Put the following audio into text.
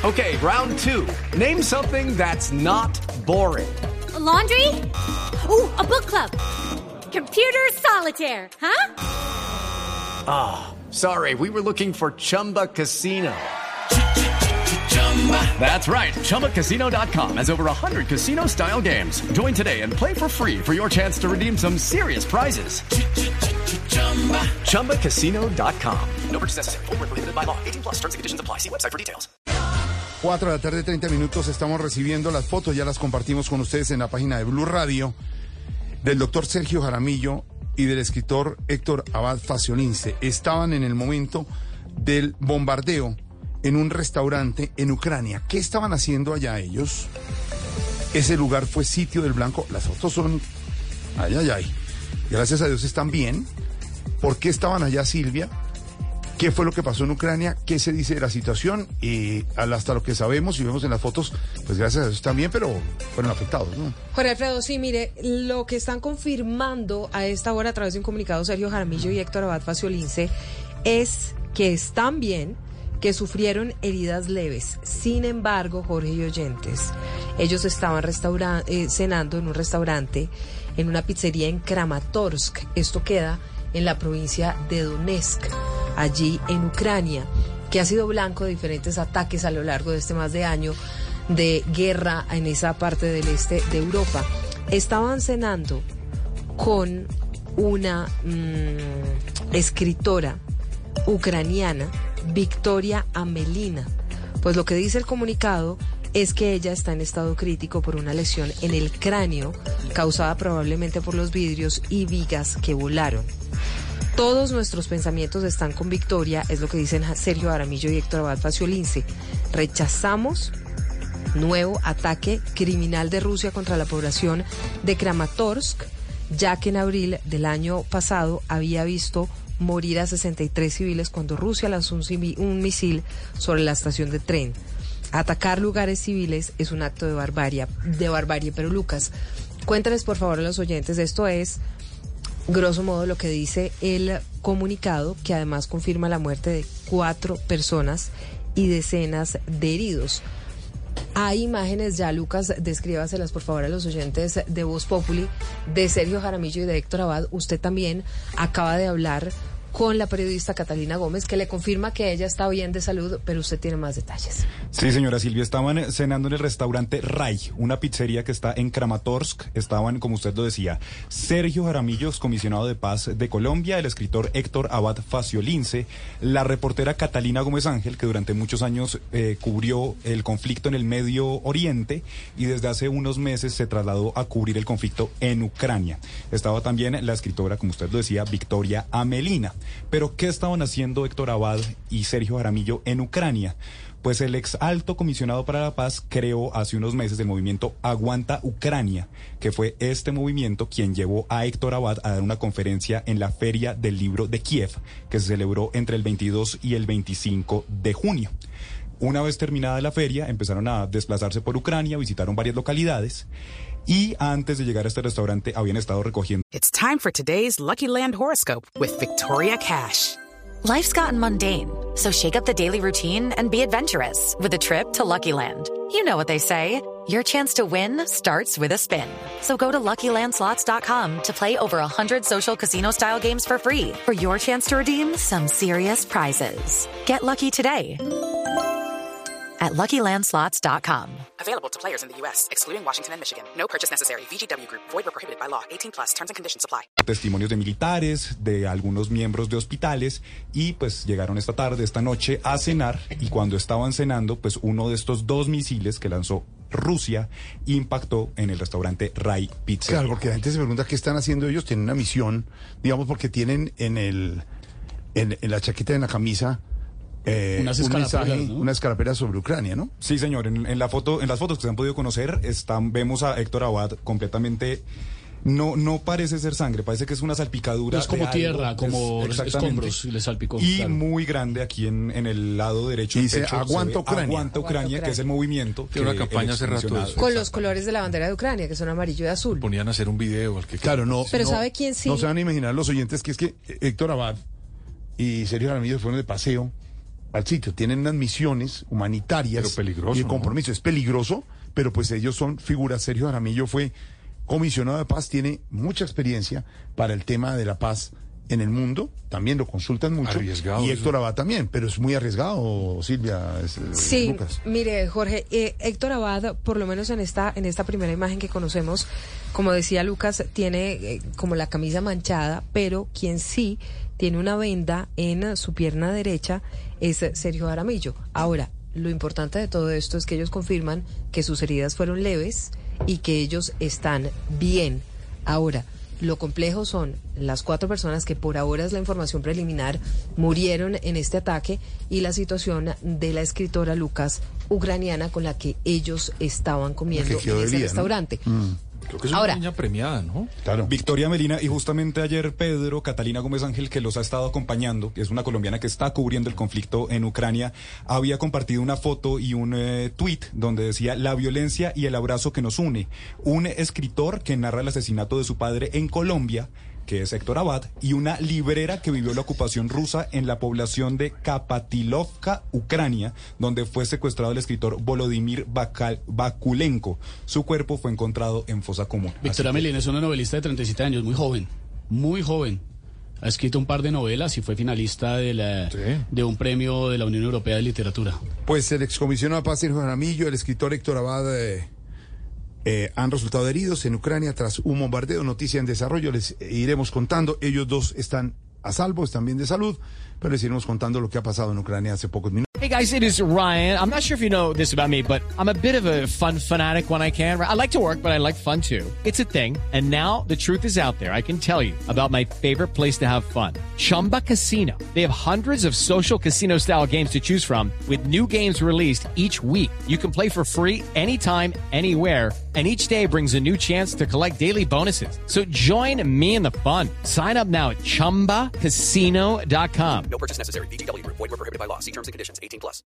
Okay, round two. Name something that's not boring. A laundry? Ooh, a book club. Computer solitaire, huh? Ah, sorry, we were looking for Chumba Casino. That's right, ChumbaCasino.com has over 100 casino-style games. Join today and play for free for your chance to redeem some serious prizes. ChumbaCasino.com. No purchase necessary. Void where prohibited by law. 18+ terms and conditions apply. See website for details. 4 de la tarde, 30 minutos, estamos recibiendo las fotos, ya las compartimos con ustedes en la página de Blue Radio, del doctor Sergio Jaramillo y del escritor Héctor Abad Faciolince. Estaban en el momento del bombardeo en un restaurante en Ucrania. ¿Qué estaban haciendo allá ellos? Ese lugar fue sitio del blanco. Las fotos son... Ay. Gracias a Dios están bien. ¿Por qué estaban allá, Silvia? ¿Qué fue lo que pasó en Ucrania? ¿Qué se dice de la situación? Y hasta lo que sabemos y vemos en las fotos, pues gracias a Dios están bien, pero fueron afectados, ¿no? Jorge Alfredo, sí, mire, lo que están confirmando a esta hora a través de un comunicado Sergio Jaramillo y Héctor Abad Faciolince es que están bien, que sufrieron heridas leves. Sin embargo, Jorge y oyentes, ellos estaban cenando en un restaurante, en una pizzería en Kramatorsk. Esto queda en la provincia de Donetsk, allí en Ucrania, que ha sido blanco de diferentes ataques a lo largo de este más de año de guerra en esa parte del este de Europa. Estaban cenando con una escritora ucraniana, Victoria Amelina. Pues lo que dice el comunicado es que ella está en estado crítico por una lesión en el cráneo causada probablemente por los vidrios y vigas que volaron. Todos nuestros pensamientos están con Victoria, es lo que dicen Sergio Jaramillo y Héctor Abad Faciolince. Rechazamos nuevo ataque criminal de Rusia contra la población de Kramatorsk, ya que en abril del año pasado había visto morir a 63 civiles cuando Rusia lanzó un misil sobre la estación de tren. Atacar lugares civiles es un acto de barbarie, pero Lucas, cuéntales por favor a los oyentes, esto es grosso modo lo que dice el comunicado, que además confirma la muerte de 4 personas y decenas de heridos. Hay imágenes ya, Lucas, descríbaselas por favor a los oyentes de Voz Populi, de Sergio Jaramillo y de Héctor Abad. Usted también acaba de hablar con la periodista Catalina Gómez, que le confirma que ella está bien de salud, pero usted tiene más detalles. Sí, señora Silvia, estaban cenando en el restaurante Ray, una pizzería que está en Kramatorsk. Estaban, como usted lo decía, Sergio Jaramillo, comisionado de paz de Colombia, el escritor Héctor Abad Faciolince, la reportera Catalina Gómez Ángel, que durante muchos años cubrió el conflicto en el Medio Oriente y desde hace unos meses se trasladó a cubrir el conflicto en Ucrania. Estaba también la escritora, como usted lo decía, Victoria Amelina. Pero, ¿qué estaban haciendo Héctor Abad y Sergio Jaramillo en Ucrania? Pues el ex alto comisionado para la paz creó hace unos meses el movimiento Aguanta Ucrania, que fue este movimiento quien llevó a Héctor Abad a dar una conferencia en la Feria del Libro de Kiev, que se celebró entre el 22 y el 25 de junio. Una vez terminada la feria, empezaron a desplazarse por Ucrania, visitaron varias localidades y antes de llegar a este restaurante habían estado recogiendo. It's time for today's Lucky Land horoscope with Victoria Cash. Life's gotten mundane, so shake up the daily routine and be adventurous with a trip to Lucky Land. You know what they say, your chance to win starts with a spin. So go to LuckyLandSlots.com to play over 100 social casino-style games for free for your chance to redeem some serious prizes. Get lucky today at LuckyLandSlots.com. Available to players in the U.S., excluding Washington and Michigan. No purchase necessary. VGW Group. Void where prohibited by law. 18+. Terms and conditions apply. Testimonios de militares, de algunos miembros de hospitales y pues llegaron esta noche a cenar y cuando estaban cenando pues uno de estos 2 misiles que lanzó Rusia impactó en el restaurante Ray Pizza. Claro, porque la gente se pregunta qué están haciendo ellos, tienen una misión, digamos, porque tienen en la chaqueta, en la camisa, un mensaje, ¿no? Una escarapela sobre Ucrania, ¿no? Sí, señor. En las fotos que se han podido conocer, vemos a Héctor Abad completamente. No parece ser sangre, parece que es una salpicadura. Es como tierra, como escombros, y le salpicó. Y claro, muy grande aquí en el lado derecho. Y dice Aguanta Ucrania. Aguanta Ucrania, que es el movimiento. Tiene una campaña hace rato. Con los colores de la bandera de Ucrania, que son amarillo y azul. Ponían a hacer un video. Claro, no. Pero ¿sabe quién sí? No se van a imaginar los oyentes que es que Héctor Abad y Sergio Jaramillo fueron de paseo al sitio. Tienen unas misiones humanitarias Pero peligroso, y de compromiso. ¿No? Es peligroso, pero pues ellos son figuras. Sergio Jaramillo fue comisionado de paz, tiene mucha experiencia para el tema de la paz en el mundo, también lo consultan mucho. Arriesgado, y Héctor eso. Abad también, pero es muy arriesgado, Silvia. Sí, Lucas. mire, Jorge, Héctor Abad, por lo menos en esta primera imagen que conocemos, como decía Lucas, tiene como la camisa manchada, pero quien sí tiene una venda en su pierna derecha es Sergio Jaramillo. Ahora, lo importante de todo esto es que ellos confirman que sus heridas fueron leves y que ellos están bien. Ahora, lo complejo son las 4 personas que por ahora es la información preliminar murieron en este ataque y la situación de la escritora Lucas, ucraniana, con la que ellos estaban comiendo en ese herida, restaurante. ¿no? Creo que es Ahora, una niña premiada, ¿no? Claro. Victoria Melina, y justamente ayer Pedro, Catalina Gómez Ángel, que los ha estado acompañando, que es una colombiana que está cubriendo el conflicto en Ucrania, había compartido una foto y un tuit donde decía: la violencia y el abrazo que nos une. Un escritor que narra el asesinato de su padre en Colombia, que es Héctor Abad, y una librera que vivió la ocupación rusa en la población de Kapatilovka, Ucrania, donde fue secuestrado el escritor Volodymyr Bakulenko. Su cuerpo fue encontrado en fosa común. Victoria Melina es una novelista de 37 años, muy joven, muy joven. Ha escrito un par de novelas y fue finalista de un premio de la Unión Europea de Literatura. Pues el excomisionado de paz Sergio Jaramillo, el escritor Héctor Abad han resultado heridos en Ucrania tras un bombardeo. Noticia en desarrollo, les iremos contando. Ellos dos están a salvo, están bien de salud, pero les iremos contando lo que ha pasado en Ucrania hace pocos minutos. Hey guys, it is Ryan. I'm not sure if you know this about me, but I'm a bit of a fun fanatic when I can. I like to work, but I like fun too. It's a thing. And now the truth is out there. I can tell you about my favorite place to have fun. Chumba Casino. They have hundreds of social casino style games to choose from with new games released each week. You can play for free anytime, anywhere. And each day brings a new chance to collect daily bonuses. So join me in the fun. Sign up now at ChumbaCasino.com. No purchase necessary. VGW Group. Void where prohibited by law. See terms and conditions. 18+.